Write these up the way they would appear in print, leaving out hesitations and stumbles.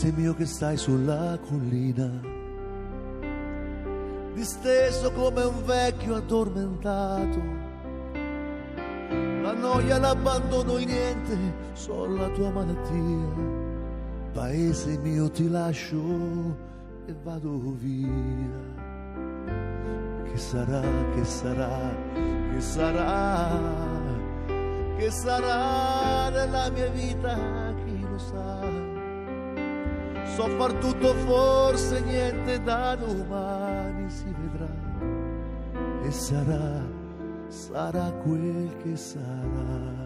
Paese mio che stai sulla collina, disteso come un vecchio addormentato, la noia, l'abbandono, il niente, solo la tua malattia. Paese mio ti lascio e vado via. Che sarà, che sarà, che sarà, che sarà nella mia vita, chi lo sa. So far tutto, forse niente, da domani si vedrà. E sarà, sarà quel che sarà.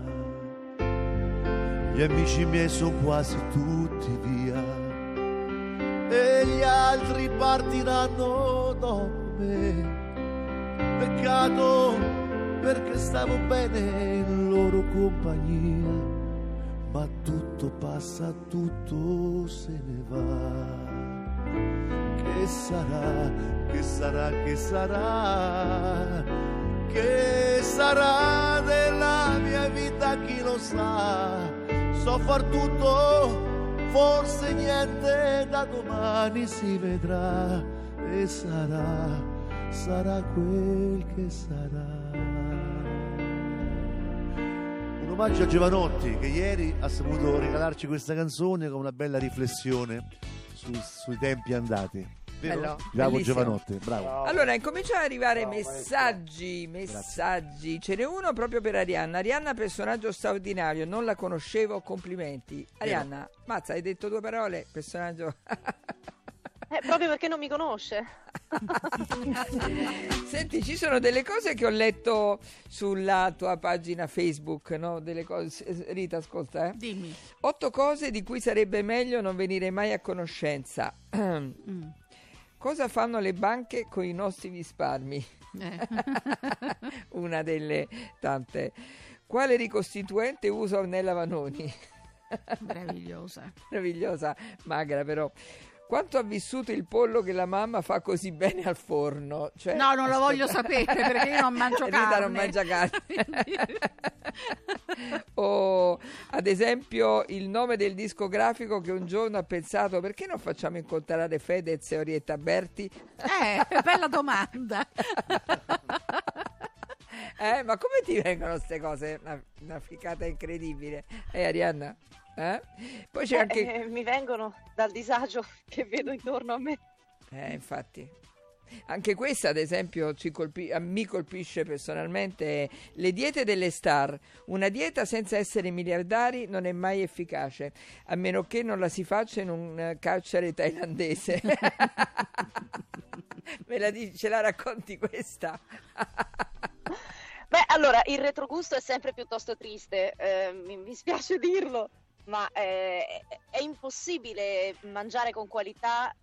Gli amici miei sono quasi tutti via e gli altri partiranno dopo me. Peccato, perché stavo bene in loro compagnia, ma tutto passa, tutto se ne va. Che sarà, che sarà, che sarà, che sarà della mia vita, chi lo sa. So far tutto, forse niente, da domani si vedrà. E sarà, sarà quel che sarà. Un omaggio a Giovanotti, che ieri ha saputo regalarci questa canzone con una bella riflessione sui tempi andati. Bello, Bravo bellissimo. Giovanotti, bravo. Allora, incominciano ad arrivare messaggi. Ce n'è uno proprio per Arianna. Arianna, personaggio straordinario, non la conoscevo, complimenti. Arianna, mazza, hai detto 2 parole, personaggio... Proprio perché non mi conosce. Senti, ci sono delle cose che ho letto sulla tua pagina Facebook, no? Delle cose... Rita, ascolta, Dimmi. 8 cose di cui sarebbe meglio non venire mai a conoscenza. Cosa fanno le banche con i nostri risparmi? Una delle tante. Quale ricostituente usa Ornella Vanoni? Meravigliosa. Meravigliosa, magra però. Quanto ha vissuto il pollo che la mamma fa così bene al forno? Cioè, No, non lo voglio sapere perché io non mangio carne. Rita non mangia carne. O ad esempio il nome del discografico che un giorno ha pensato: perché non facciamo incontrare Fedez e Orietta Berti? Bella domanda. Ma come ti vengono queste cose? Una ficata incredibile. Arianna? Poi c'è anche... Mi vengono dal disagio che vedo intorno a me. Infatti. Anche questa, ad esempio, mi colpisce personalmente. Le diete delle star. Una dieta senza essere miliardari non è mai efficace, a meno che non la si faccia in un carcere thailandese. Ce la racconti questa? Beh, allora, il retrogusto è sempre piuttosto triste, mi spiace dirlo, ma è impossibile mangiare con qualità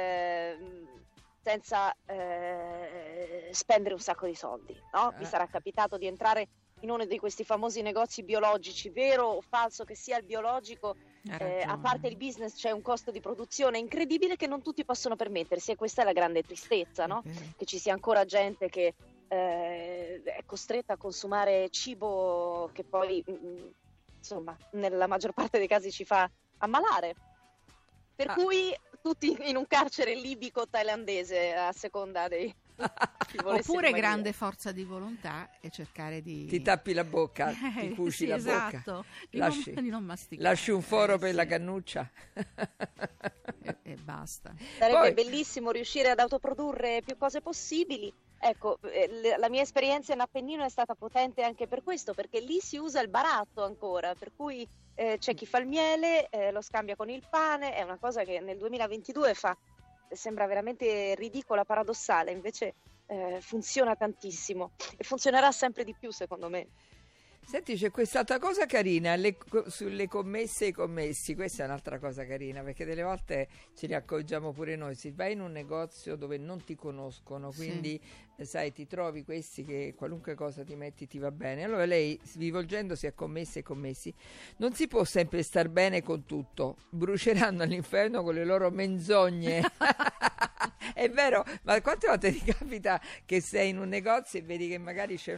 senza spendere un sacco di soldi, no? Vi sarà capitato di entrare in uno di questi famosi negozi biologici, vero o falso che sia il biologico, a parte il business c'è un costo di produzione incredibile che non tutti possono permettersi, e questa è la grande tristezza, no? Che ci sia ancora gente che è costretta a consumare cibo che poi insomma nella maggior parte dei casi ci fa ammalare, per cui tutti in un carcere libico thailandese a seconda dei oppure grande forza di volontà e cercare di... Ti tappi la bocca, ti cuci la esatto. bocca, di non masticare, lasci un foro per la cannuccia e basta. Sarebbe bellissimo riuscire ad autoprodurre più cose possibili. Ecco, la mia esperienza in Appennino è stata potente anche per questo, perché lì si usa il baratto ancora, per cui c'è chi fa il miele, lo scambia con il pane, è una cosa che nel 2022 sembra veramente ridicola, paradossale, invece funziona tantissimo e funzionerà sempre di più, secondo me. Senti, c'è quest'altra cosa carina sulle commesse e i commessi. Questa è un'altra cosa carina, perché delle volte ce ne accorgiamo pure noi. Si va in un negozio dove non ti conoscono, quindi sai, ti trovi questi che qualunque cosa ti metti ti va bene. Allora lei, rivolgendosi a commesse e commessi: non si può sempre star bene con tutto, bruceranno all'inferno con le loro menzogne. È vero, ma quante volte ti capita che sei in un negozio e vedi che magari c'è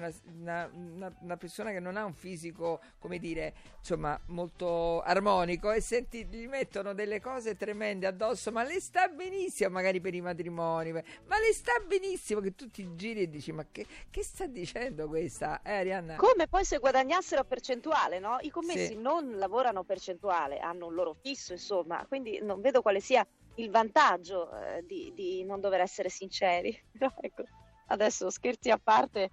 una persona che non ha un fisico, come dire, insomma, molto armonico, e senti, gli mettono delle cose tremende addosso, ma le sta benissimo, magari per i matrimoni, ma le sta benissimo, che tu ti giri e dici, ma che sta dicendo questa? Arianna? Come poi se guadagnassero percentuale, no? I commessi Sì. non lavorano percentuale, hanno un loro fisso, insomma, quindi non vedo quale sia il vantaggio di non dover essere sinceri. Però ecco, adesso scherzi a parte,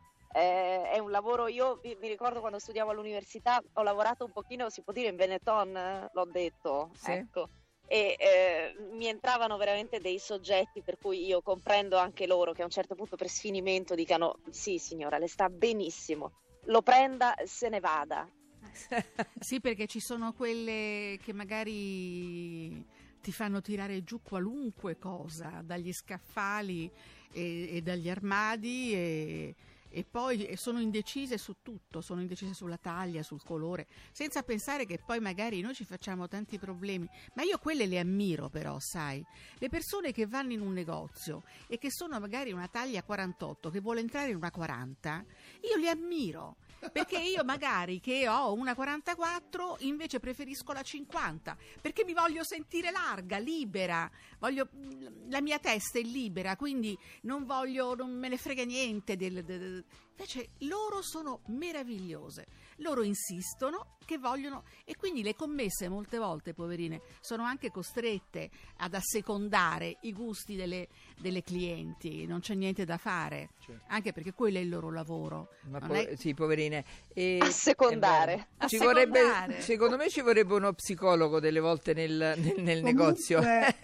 è un lavoro, io mi ricordo quando studiavo all'università, ho lavorato un pochino, si può dire, in Benetton, l'ho detto, Sì. ecco, e mi entravano veramente dei soggetti per cui io comprendo anche loro che a un certo punto per sfinimento dicano sì signora, le sta benissimo, lo prenda, se ne vada. Sì, perché ci sono quelle che magari ti fanno tirare giù qualunque cosa, dagli scaffali e dagli armadi, e poi sono indecise su tutto, sono indecise sulla taglia, sul colore, senza pensare che poi magari noi ci facciamo tanti problemi. Ma io quelle le ammiro, però, sai, le persone che vanno in un negozio e che sono magari una taglia 48, che vuole entrare in una 40, io le ammiro. Perché io magari che ho una 44 invece preferisco la 50, perché mi voglio sentire larga, libera, la mia testa è libera, quindi non me ne frega niente invece loro sono meravigliose, loro insistono che vogliono, e quindi le commesse molte volte, poverine, sono anche costrette ad assecondare i gusti delle clienti, non c'è niente da fare, certo. Anche perché quello è il loro lavoro. Ma sì, poverine. Assecondare. Secondo me ci vorrebbe uno psicologo delle volte nel negozio.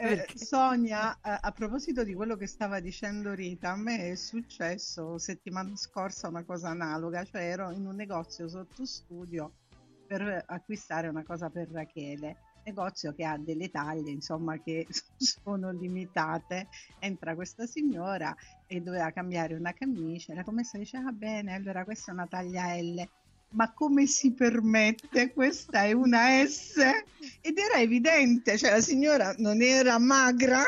Sonia, a proposito di quello che stava dicendo Rita, a me è successo settimana scorsa una cosa analoga, cioè ero in un negozio sotto studio per acquistare una cosa per Rachele, negozio che ha delle taglie insomma che sono limitate. Entra questa signora e doveva cambiare una camicia, la commessa dice bene, allora questa è una taglia L. Ma come si permette? Questa è una S, ed era evidente, cioè la signora non era magra,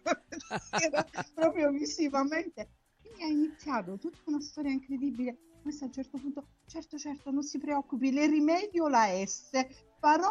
era proprio visivamente. Quindi ha iniziato tutta una storia incredibile. Questa a un certo punto, certo, non si preoccupi, le rimedio la S, farò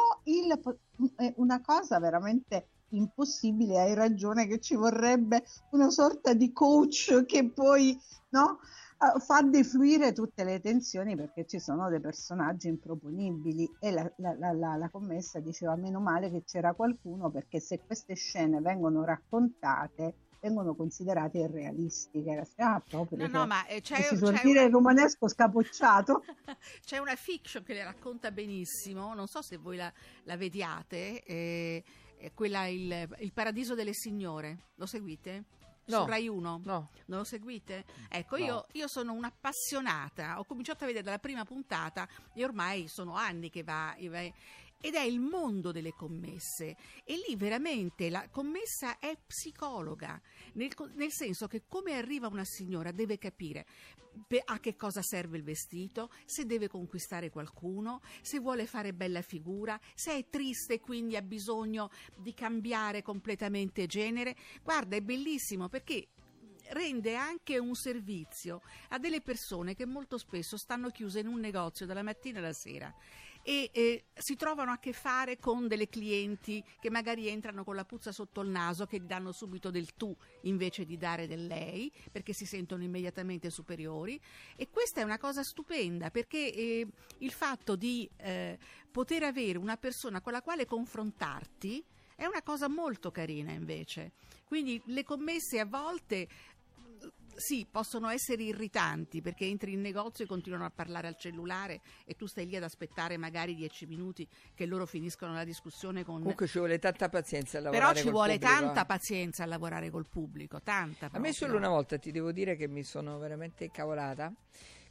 una cosa veramente impossibile. Hai ragione che ci vorrebbe una sorta di coach che poi, no, fa defluire tutte le tensioni, perché ci sono dei personaggi improponibili, e la commessa diceva meno male che c'era qualcuno, perché se queste scene vengono raccontate vengono considerate irrealistiche. Proprio, no, ma si può dire romanesco scapocciato. C'è una fiction che le racconta benissimo, non so se voi la vediate, è quella il Paradiso delle Signore, lo seguite? No. Su Rai 1? No. Non lo seguite? Ecco, No. io sono un'appassionata, ho cominciato a vedere dalla prima puntata e ormai sono anni che va, ed è il mondo delle commesse, e lì veramente la commessa è psicologa, nel senso che come arriva una signora deve capire a che cosa serve il vestito, se deve conquistare qualcuno, se vuole fare bella figura, se è triste e quindi ha bisogno di cambiare completamente genere. Guarda, è bellissimo perché rende anche un servizio a delle persone che molto spesso stanno chiuse in un negozio dalla mattina alla sera e si trovano a che fare con delle clienti che magari entrano con la puzza sotto il naso, che gli danno subito del tu invece di dare del lei, perché si sentono immediatamente superiori. E questa è una cosa stupenda, perché il fatto di poter avere una persona con la quale confrontarti è una cosa molto carina invece. Quindi le commesse a volte sì, possono essere irritanti, perché entri in negozio e continuano a parlare al cellulare e tu stai lì ad aspettare magari 10 minuti che loro finiscono la discussione con... Comunque ci vuole tanta pazienza a lavorare Però ci vuole pubblico. tanta pazienza a lavorare col pubblico, tanta proprio. A me solo una volta ti devo dire che mi sono veramente incavolata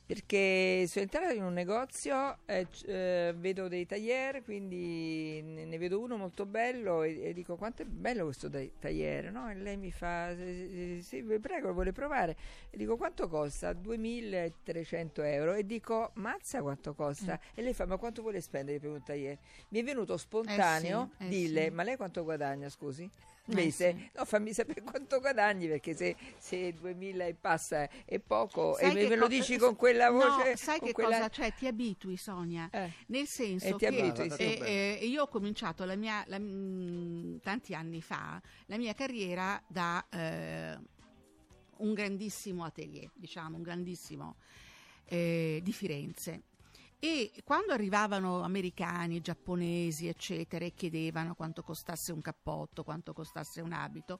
Perché sono entrata in un negozio, vedo dei tailleur, quindi ne vedo uno molto bello e dico quanto è bello questo tailleur, no? E lei mi fa sì, vi prego, lo vuole provare? E dico quanto costa? 2.300 euro. E dico mazza quanto costa? E lei fa ma quanto vuole spendere per un tailleur? Mi è venuto spontaneo dille ma lei quanto guadagna, scusi? Mese? No, fammi sapere quanto guadagni, perché se 2000 e passa è poco, sai e me lo dici con quella voce. No, sai che cosa c'è? Ti abitui, Sonia, nel senso che io ho cominciato tanti anni fa la mia carriera da un grandissimo atelier, diciamo, un grandissimo di Firenze. E quando arrivavano americani, giapponesi, eccetera, e chiedevano quanto costasse un cappotto, quanto costasse un abito,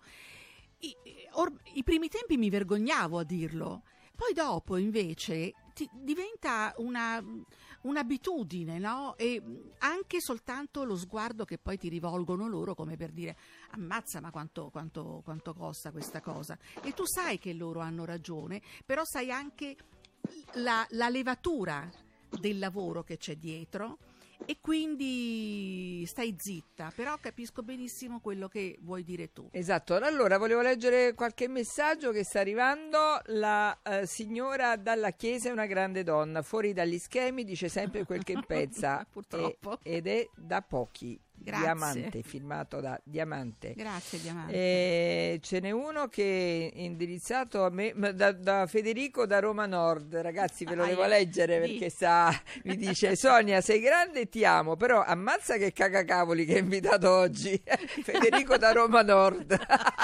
i primi tempi mi vergognavo a dirlo. Poi dopo, invece, diventa un'abitudine, no? E anche soltanto lo sguardo che poi ti rivolgono loro, come per dire ammazza, ma quanto costa questa cosa? E tu sai che loro hanno ragione, però sai anche la levatura del lavoro che c'è dietro e quindi stai zitta, però capisco benissimo quello che vuoi dire tu. Esatto, allora volevo leggere qualche messaggio che sta arrivando. La signora dalla chiesa è una grande donna, fuori dagli schemi, dice sempre quel che pensa. Purtroppo. Ed è da pochi. Grazie. Diamante, firmato da Diamante. Grazie Diamante. Ce n'è uno che è indirizzato a me da Federico da Roma Nord. Ragazzi, ve lo devo leggere perché mi dice Sonia sei grande e ti amo, però ammazza che cagacavoli che hai invitato oggi. Federico da Roma Nord.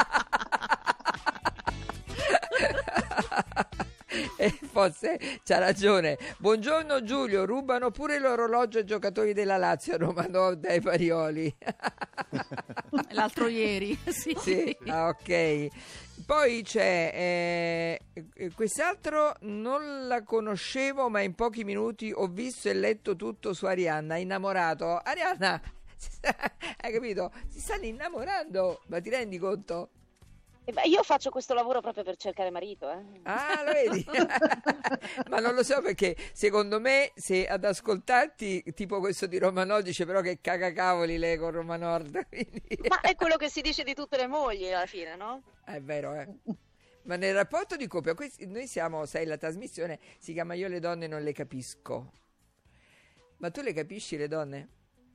E forse c'ha ragione. Buongiorno Giulio, rubano pure l'orologio ai giocatori della Lazio a Roma Nord dai Parioli. L'altro ieri. Sì. Ok. Poi c'è quest'altro, non la conoscevo, ma in pochi minuti ho visto e letto tutto su Arianna, innamorato. Arianna, hai capito? Si stanno innamorando, ma ti rendi conto? Io faccio questo lavoro proprio per cercare marito. Ah, lo vedi? Ma non lo so, perché secondo me se ad ascoltarti tipo questo di Roma Nord dice però che cagacavoli lei con Roma Nord. Quindi... Ma è quello che si dice di tutte le mogli alla fine, no? È vero, Ma nel rapporto di coppia, noi siamo, sai, la trasmissione si chiama Io le donne non le capisco. Ma tu le capisci le donne?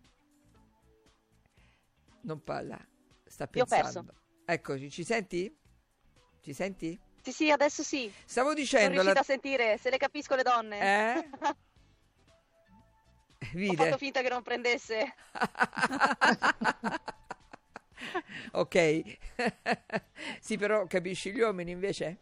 Non parla, sta pensando. Io ho perso. Eccoci, ci senti? Ci senti? Sì, adesso sì. Stavo dicendo... Sono riuscita a sentire, se le capisco le donne. Vide. Ho fatto finta che non prendesse. Ok. Sì, però capisci gli uomini invece?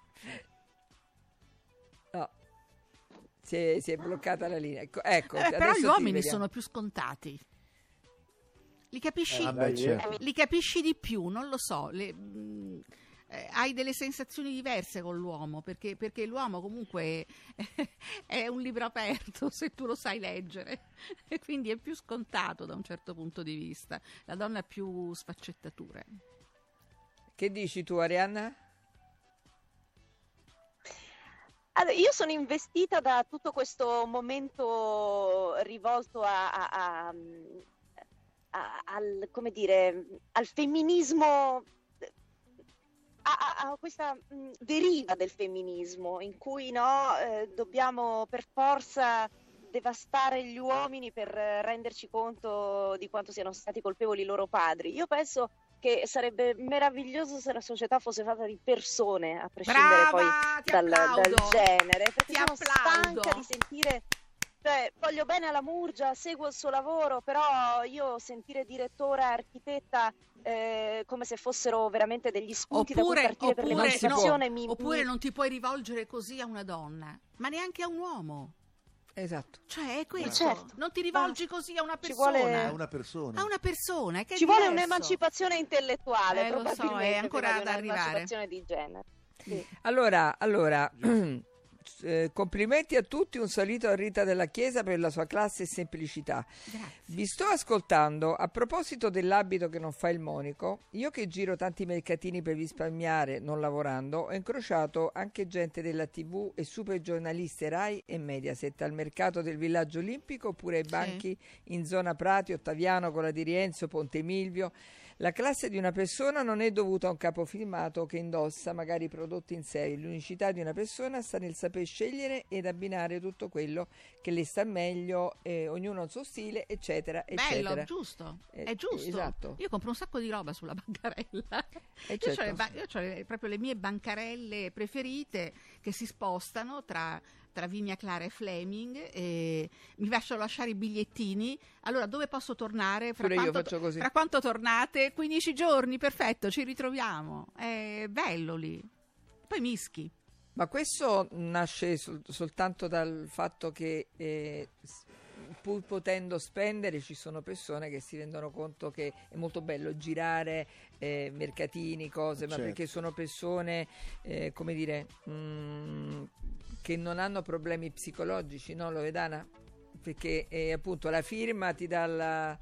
No. Si è bloccata la linea. Ecco, però gli uomini sono più scontati. Li capisci, li capisci di più, non lo so, hai delle sensazioni diverse con l'uomo, perché l'uomo comunque è un libro aperto se tu lo sai leggere, e quindi è più scontato da un certo punto di vista. La donna ha più sfaccettature. Che dici tu, Arianna? Allora, io sono investita da tutto questo momento rivolto al femminismo, a questa deriva del femminismo in cui dobbiamo per forza devastare gli uomini per renderci conto di quanto siano stati colpevoli i loro padri. Io penso che sarebbe meraviglioso se la società fosse fatta di persone, a prescindere poi dal genere, perché sono stanca di sentire... Cioè, voglio bene alla Murgia, seguo il suo lavoro, però io sentire direttore, architetta come se fossero veramente degli spunti da cui partire per l'emancipazione. Oppure non ti puoi rivolgere così a una donna, ma neanche a un uomo. Esatto. Cioè è questo, certo. Non ti rivolgi così a una persona. A una persona. A una persona che ci vuole un'emancipazione intellettuale, lo so, è ancora da arrivare. Un'emancipazione di genere. Sì. Allora complimenti a tutti, un saluto a Rita della Chiesa per la sua classe e semplicità. Grazie. Vi sto ascoltando. A proposito dell'abito che non fa il monaco, io che giro tanti mercatini per risparmiare non lavorando, ho incrociato anche gente della TV e super giornaliste Rai e Mediaset al mercato del Villaggio Olimpico oppure ai banchi in zona Prati, Ottaviano, Cola di Rienzo, Ponte Milvio. La classe di una persona non è dovuta a un capofilmato che indossa magari prodotti in serie. L'unicità di una persona sta nel saper scegliere ed abbinare tutto quello che le sta meglio, ognuno ha il suo stile, eccetera, Bello, eccetera. giusto, è giusto. Esatto. Io compro un sacco di roba sulla bancarella. Io ho proprio le mie bancarelle preferite che si spostano tra Vigna Clara e Fleming, e mi faccio lasciare i bigliettini. Allora, dove posso tornare? Io faccio così. Fra quanto tornate? 15 giorni, perfetto, ci ritroviamo. È bello lì. Poi mischi. Ma questo nasce soltanto dal fatto che pur potendo spendere ci sono persone che si rendono conto che è molto bello girare mercatini, cose, ma perché sono persone, come dire, che non hanno problemi psicologici, no Loredana? Perché appunto la firma ti dà la...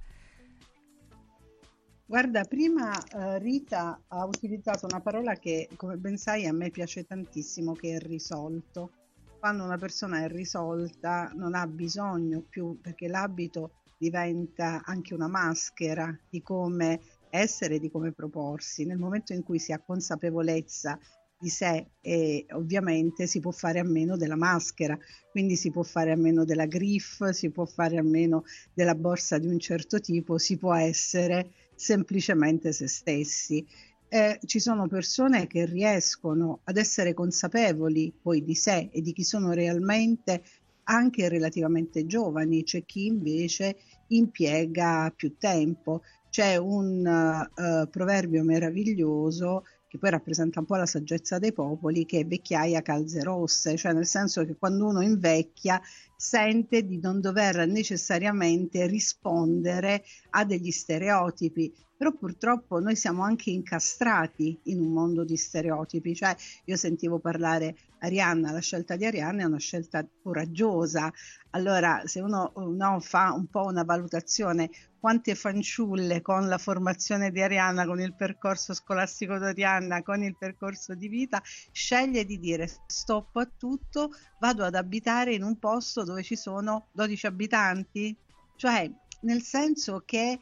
Guarda, prima Rita ha utilizzato una parola che, come ben sai, a me piace tantissimo, che è risolto. Quando una persona è risolta non ha bisogno più, perché l'abito diventa anche una maschera di come essere, di come proporsi. Nel momento in cui si ha consapevolezza di sé, e ovviamente si può fare a meno della maschera, quindi si può fare a meno della griffe, si può fare a meno della borsa di un certo tipo, si può essere semplicemente se stessi. Ci sono persone che riescono ad essere consapevoli poi di sé e di chi sono realmente anche relativamente giovani, c'è chi invece impiega più tempo. C'è un proverbio meraviglioso che poi rappresenta un po' la saggezza dei popoli, che è vecchiaia calze rosse, cioè nel senso che quando uno invecchia sente di non dover necessariamente rispondere a degli stereotipi. Però purtroppo noi siamo anche incastrati in un mondo di stereotipi, cioè io sentivo parlare Arianna, la scelta di Arianna è una scelta coraggiosa. Allora se uno fa un po' una valutazione, quante fanciulle con la formazione di Arianna, con il percorso scolastico di Arianna, con il percorso di vita, sceglie di dire stop a tutto, vado ad abitare in un posto dove ci sono 12 abitanti, cioè nel senso che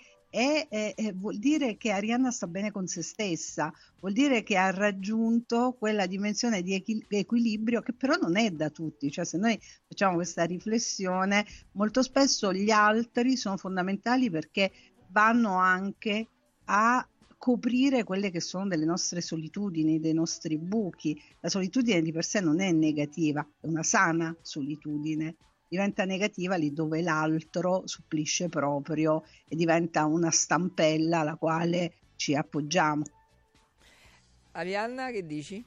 vuol dire che Arianna sta bene con se stessa, vuol dire che ha raggiunto quella dimensione di equilibrio che però non è da tutti. Cioè se noi facciamo questa riflessione, molto spesso gli altri sono fondamentali perché vanno anche a coprire quelle che sono delle nostre solitudini, dei nostri buchi. La solitudine di per sé non è negativa, è una sana solitudine. Diventa negativa lì dove l'altro supplisce proprio e diventa una stampella alla quale ci appoggiamo. Arianna, che dici?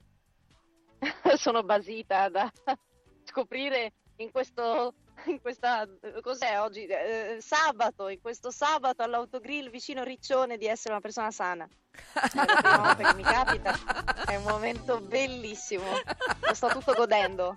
Sono basita da scoprire in questa cos'è oggi? Sabato, in questo sabato all'autogrill vicino Riccione, di essere una persona sana. È la prima volta che mi capita, è un momento bellissimo, lo sto tutto godendo.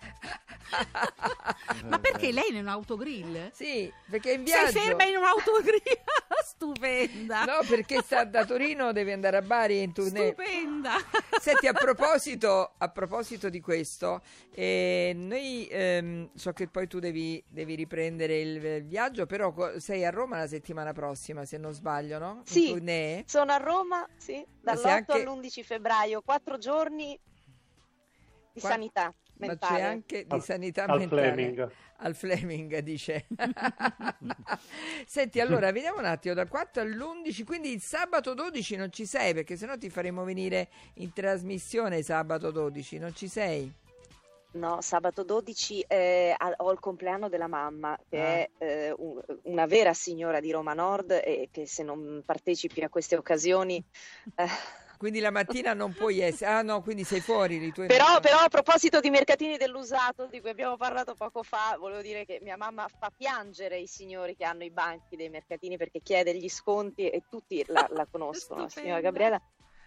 Ma perché lei in un autogrill? Sì, perché è in viaggio. Sei ferma in un autogrill? Stupenda. No, perché sta da Torino, deve andare a Bari in tournée. Stupenda. Senti, a proposito di questo, noi so che poi tu devi riprendere il viaggio, però sei a Roma la settimana prossima, se non sbaglio, no? Sì, tournée. Sono a Roma, sì, dall'8 anche... all'11 febbraio, 4 giorni di sanità mentale. Ma c'è anche di sanità al mentale. Fleming. Al Fleming, dice. Senti, allora, vediamo un attimo, dal 4 all'11, quindi il sabato 12 non ci sei, perché sennò ti faremo venire in trasmissione sabato 12, non ci sei? No, sabato 12 ho il compleanno della mamma, che è una vera signora di Roma Nord, e che se non partecipi a queste occasioni... Quindi la mattina non puoi essere... Ah no, quindi sei fuori. Però a proposito di mercatini dell'usato, di cui abbiamo parlato poco fa, volevo dire che mia mamma fa piangere i signori che hanno i banchi dei mercatini, perché chiede gli sconti e tutti la conoscono, la signora Gabriella.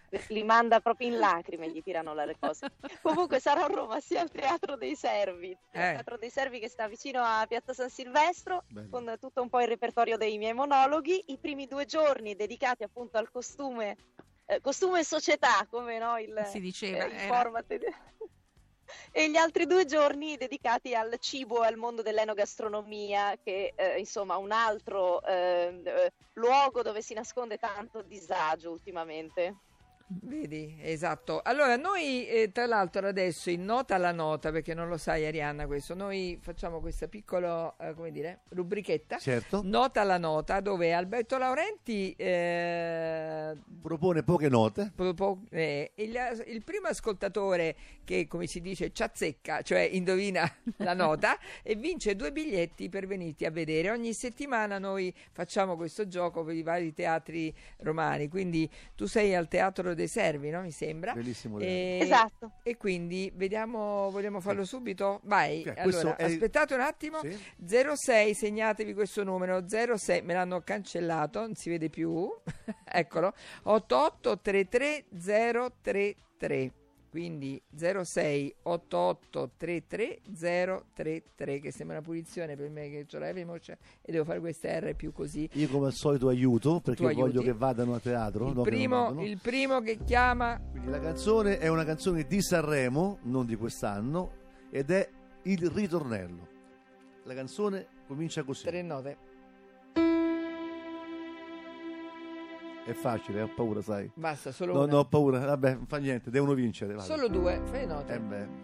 li manda proprio in lacrime, gli tirano le cose. Comunque sarò a Roma sia al Teatro dei Servi, Teatro dei Servi che sta vicino a Piazza San Silvestro, con tutto un po' il repertorio dei miei monologhi, i primi 2 giorni dedicati appunto al costume e società, come no, si diceva, il format. E gli altri 2 giorni dedicati al cibo e al mondo dell'enogastronomia, che insomma un altro luogo dove si nasconde tanto disagio ultimamente. Vedi, esatto. Allora noi tra l'altro adesso in nota alla nota, perché non lo sai Arianna questo, noi facciamo questa piccola come dire, rubrichetta, certo, nota alla nota, dove Alberto Laurenti propone poche note. Il primo ascoltatore che, come si dice, ci azzecca, cioè indovina la nota e vince 2 biglietti per venirti a vedere. Ogni settimana noi facciamo questo gioco per i vari teatri romani, quindi tu sei al Teatro dei Servi, no? Mi sembra. Bellissimo. Esatto. E quindi vediamo, vogliamo farlo subito? Vai. Okay, allora, aspettate un attimo. Sì. 06, segnatevi questo numero, 06, me l'hanno cancellato, non si vede più. Eccolo. 8833033. Quindi 06 8833 033, che sembra una punizione per me che ho la voce e devo fare queste R più così. Io come al solito aiuto, perché voglio che vadano a teatro. Il primo che chiama. Quindi la canzone è una canzone di Sanremo, non di quest'anno, ed è Il ritornello. La canzone comincia così. 3 note. È facile, ho paura, sai. Basta, solo una. No, ho paura. Vabbè, non fa niente, devono vincere. Vale. Solo 2, fai note.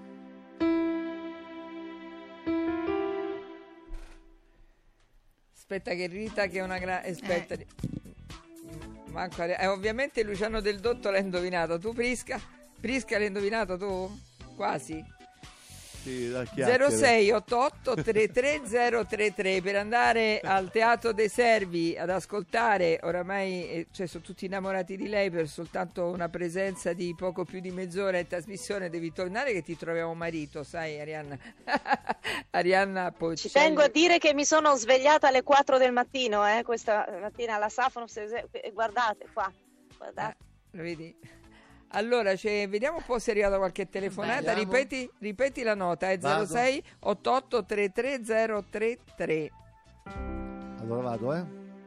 Aspetta che Rita, che è una grande... Aspetta. Manco ovviamente Luciano Del Dotto l'ha indovinato. Tu Prisca? Prisca l'hai indovinato tu? Quasi. Sì, 06 88 33033 per andare al Teatro dei Servi ad ascoltare. Oramai sono tutti innamorati di lei, per soltanto una presenza di poco più di mezz'ora in trasmissione devi tornare, che ti troviamo marito, sai Arianna. Arianna ci tengo a dire che mi sono svegliata alle 4 del mattino questa mattina alla Safonos, guardate qua, guardate. Lo vedi? Allora, vediamo un po' se è arrivata qualche telefonata. Ripeti la nota, è 06 88 33033. Allora vado,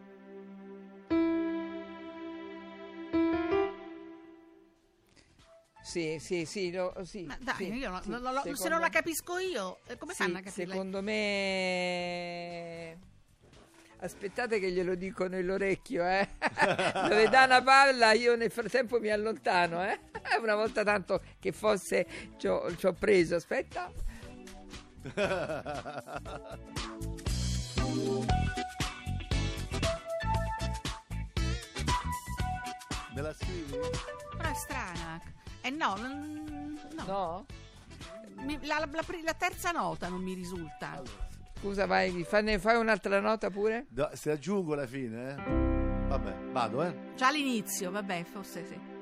Sì. Ma dai, sì, io sì, se non la capisco io, come fanno a capire? Secondo me... Aspettate che glielo dico nell'orecchio, Dove dà una palla io nel frattempo mi allontano, Una volta tanto che fosse ci ho preso, aspetta. Me la scrivi? Però è strana. No? La terza nota non mi risulta. Allora. Scusa, vai, fai un'altra nota pure? Se aggiungo alla fine, Vabbè, vado, Già all'inizio, vabbè, forse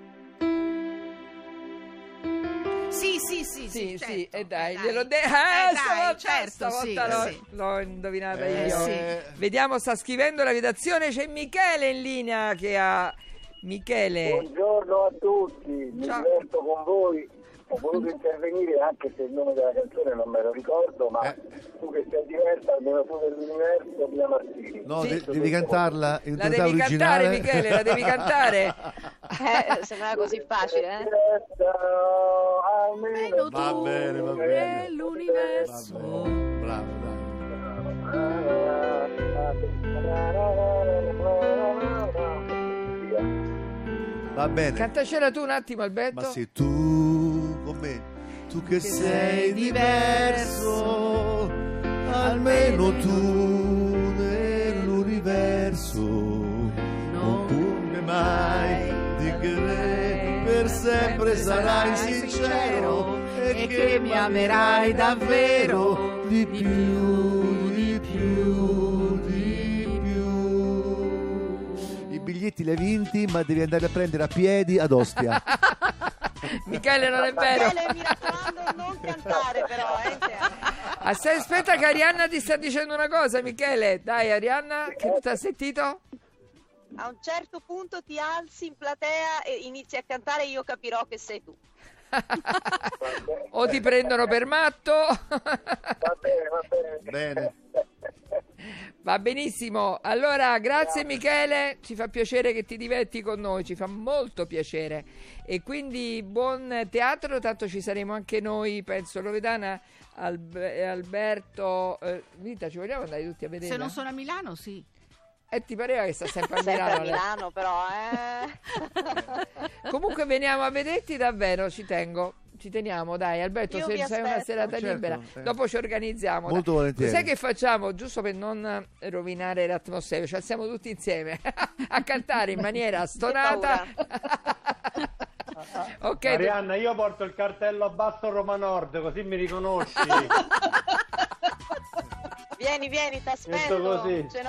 sì. Sì, certo, e dai, glielo stavolta l'ho indovinata io. Sì. Vediamo, sta scrivendo la redazione, c'è Michele in linea che ha... Michele. Buongiorno a tutti, mi diverto con voi. Ho voluto intervenire anche se il nome della canzone non me lo ricordo, ma tu che sei diversa, almeno tu dell'universo, Pia Martini. No, devi cantarla in la devi originale. Cantare, Michele, la devi cantare. Sembra così facile, almeno va tu bene, va bene. Nell'universo. Bravo, dai. Va bene. Cantacela tu un attimo, Alberto. Ma sei tu con me, tu che sei diverso, almeno tu nell'universo non puoi mai di che per sempre sarai sincero e che mi amerai davvero di più, di più, di più. I biglietti li hai vinti, ma devi andare a prendere a piedi ad Ostia. Michele, non è vero. Michele, mi raccomando, non cantare però, Aspetta che Arianna ti sta dicendo una cosa, Michele. Dai, Arianna, che ti ha sentito? a un certo punto ti alzi in platea e inizi a cantare, io capirò che sei tu. O ti prendono per matto. Va bene. Bene. Va benissimo. Allora, grazie Michele, ci fa piacere che ti diverti con noi, ci fa molto piacere. E quindi buon teatro, tanto ci saremo anche noi, penso Loredana, Alberto, Rita, ci vogliamo andare tutti a vedere? Se non sono a Milano, sì. Ti pareva che sta sempre a Sempre Milano? a Milano però, Comunque veniamo a vederti davvero, ci teniamo, dai Alberto, Io se vi sai una aspetto. serata Certo, libera, dopo ci organizziamo. Molto dai. volentieri. Sai che facciamo, giusto per non rovinare l'atmosfera, ci alziamo tutti insieme a cantare in maniera stonata. Ok, Arianna, io porto il cartello a basso Roma Nord, così mi riconosci. Vieni, ti Detto aspetto, così. ce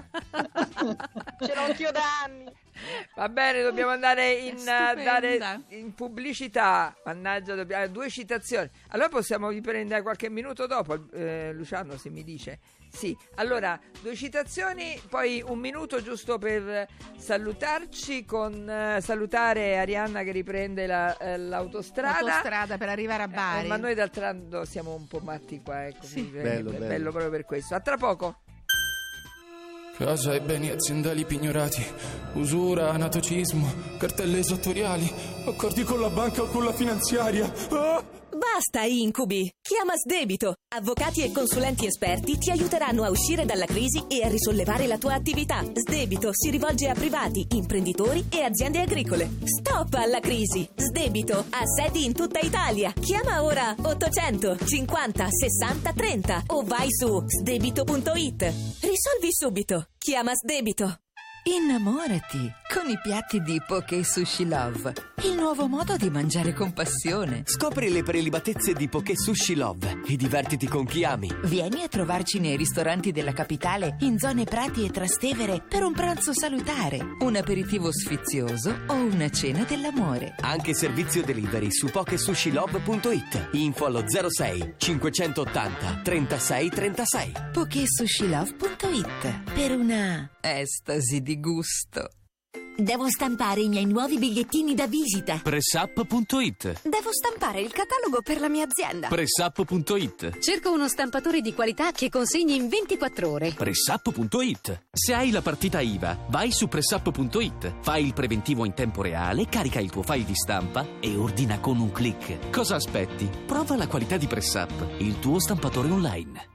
l'ho anch'io da anni. va bene, dobbiamo andare Stupenda. in pubblicità. Mannaggia, dobbiamo 2 citazioni. Allora possiamo riprendere qualche minuto dopo, Luciano, se mi dice. Sì, allora 2 citazioni, poi 1 minuto giusto per salutarci salutare Arianna che riprende l'autostrada. L'autostrada per arrivare a Bari. Ma noi d'altro siamo un po' matti qua, ecco. Sì. Bello. Bello proprio per questo. A tra poco. Casa e beni aziendali pignorati, usura, anatocismo, cartelle esattoriali, accordi con la banca o con la finanziaria. Ah! Basta incubi! Chiama Sdebito. Avvocati e consulenti esperti ti aiuteranno a uscire dalla crisi e a risollevare la tua attività. Sdebito si rivolge a privati, imprenditori e aziende agricole. Stop alla crisi! Sdebito ha sedi in tutta Italia. Chiama ora 800 50 60 30 o vai su sdebito.it. Risolvi subito. Chiama Sdebito. Innamorati con i piatti di Poké Sushi Love, il nuovo modo di mangiare con passione. Scopri le prelibatezze di Poké Sushi Love e divertiti con chi ami. Vieni a trovarci nei ristoranti della capitale, in zone Prati e Trastevere, per un pranzo salutare, un aperitivo sfizioso o una cena dell'amore. Anche servizio delivery su pokesushilove.it. Info allo 06 580 36 36. PokéSushiLove.it per una estasi di gusto. Devo stampare i miei nuovi bigliettini da visita. Pressup.it. Devo stampare il catalogo per la mia azienda. Pressup.it. Cerco uno stampatore di qualità che consegni in 24 ore. Pressup.it. Se hai la partita IVA, vai su Pressup.it, fai il preventivo in tempo reale, carica il tuo file di stampa e ordina con un click. Cosa aspetti? Prova la qualità di Pressup, il tuo stampatore online.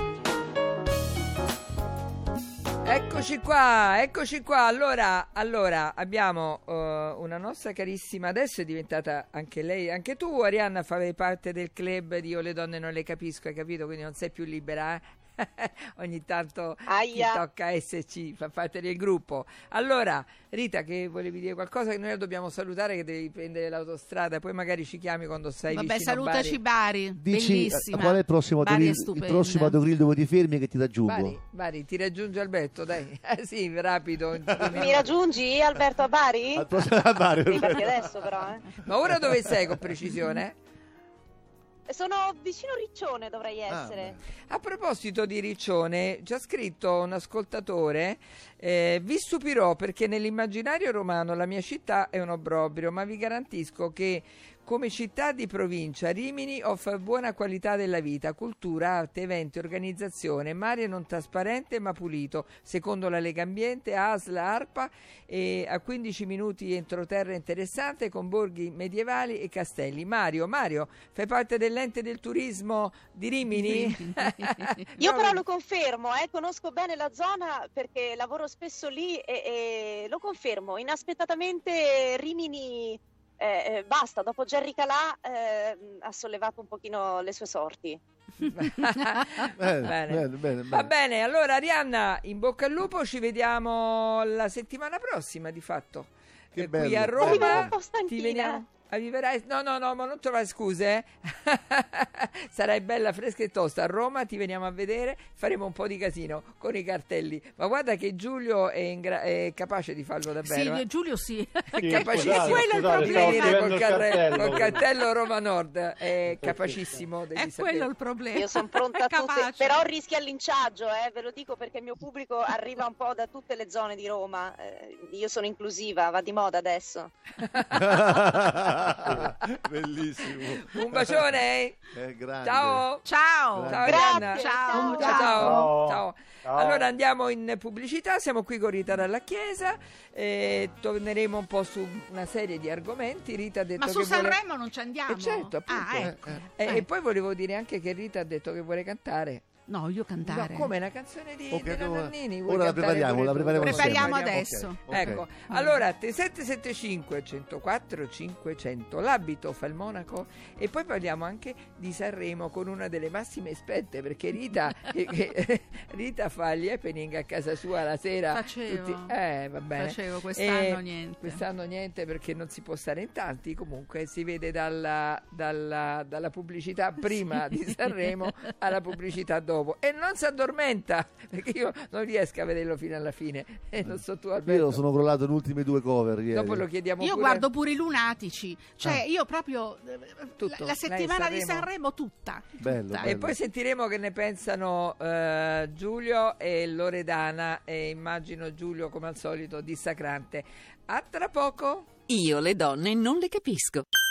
Eccoci qua. Allora abbiamo una nostra carissima, adesso è diventata anche lei, anche tu Arianna facevi parte del club di Io le donne non le capisco, hai capito? Quindi non sei più libera, eh? Ogni tanto ti tocca esserci, fa parte del gruppo. Allora Rita, che volevi dire qualcosa, che noi la dobbiamo salutare, che devi prendere l'autostrada, poi magari ci chiami quando sei vicino a salutaci Bari, Dici bellissima. qual è il prossimo autogrill dove ti fermi che ti raggiungo? Bari, ti raggiunge Alberto, dai. Sì, rapido. Mi raggiungi Alberto a Bari? Al prossimo a Bari. Devi farti adesso però, Ma ora dove sei con precisione? Sono vicino Riccione, dovrei essere. A proposito di Riccione, ci ha scritto un ascoltatore: vi stupirò perché nell'immaginario romano la mia città è un obbrobrio, ma vi garantisco che come città di provincia Rimini offre buona qualità della vita, cultura, arte, eventi, organizzazione, mare non trasparente ma pulito, secondo la Lega Ambiente, ASL, ARPA, e a 15 minuti entroterra interessante con borghi medievali e castelli. Mario, fai parte dell'ente del turismo di Rimini? Io però lo confermo, conosco bene la zona perché lavoro spesso lì e lo confermo, inaspettatamente Rimini... basta, dopo Gerry Calà ha sollevato un pochino le sue sorti. Bene. Va bene, allora Arianna, in bocca al lupo, ci vediamo la settimana prossima di fatto. Che qui bello. a Roma un po' stanchina. Arriverai? No, ma non trovare scuse. Sarai bella fresca e tosta a Roma, ti veniamo a vedere, faremo un po' di casino con i cartelli. Ma guarda che Giulio è capace di farlo davvero. Sì, Giulio sì. È capacissimo di venire col cartello Roma Nord. È capacissimo. È quello il problema. Io sono pronta a tutte, però rischia il linciaggio, ve lo dico perché il mio pubblico arriva un po' da tutte le zone di Roma. Io sono inclusiva, va di moda adesso. Bellissimo. Un bacione. Grande. Ciao. Ciao. Ciao Arianna. Ciao. Allora andiamo in pubblicità, siamo qui con Rita dalla Chiesa e torneremo un po' su una serie di argomenti. Rita ha detto ma su Sanremo non ci andiamo? Certo, appunto. Ecco. E poi volevo dire anche che Rita ha detto che vuole cantare. No, io cantare. No, come una canzone di Nannini. Ora la prepariamo adesso. Okay. Ecco, allora 775 104 500, l'abito fa il monaco, e poi parliamo anche di Sanremo con una delle massime esperte, perché Rita fa gli happening a casa sua la sera. Va bene. Facevo quest'anno niente. Quest'anno niente perché non si può stare in tanti, comunque si vede dalla pubblicità prima di Sanremo alla pubblicità dopo. E non si addormenta, perché io non riesco a vederlo fino alla fine, e non so tu, Alberto. Io sono crollato le ultime 2 cover ieri. Dopo lo chiediamo io pure. Guardo pure i Lunatici, cioè io proprio tutto. La settimana di Sanremo tutta. Bello. E poi sentiremo che ne pensano Giulio e Loredana, e immagino Giulio come al solito dissacrante. A tra poco. Io le donne non le capisco.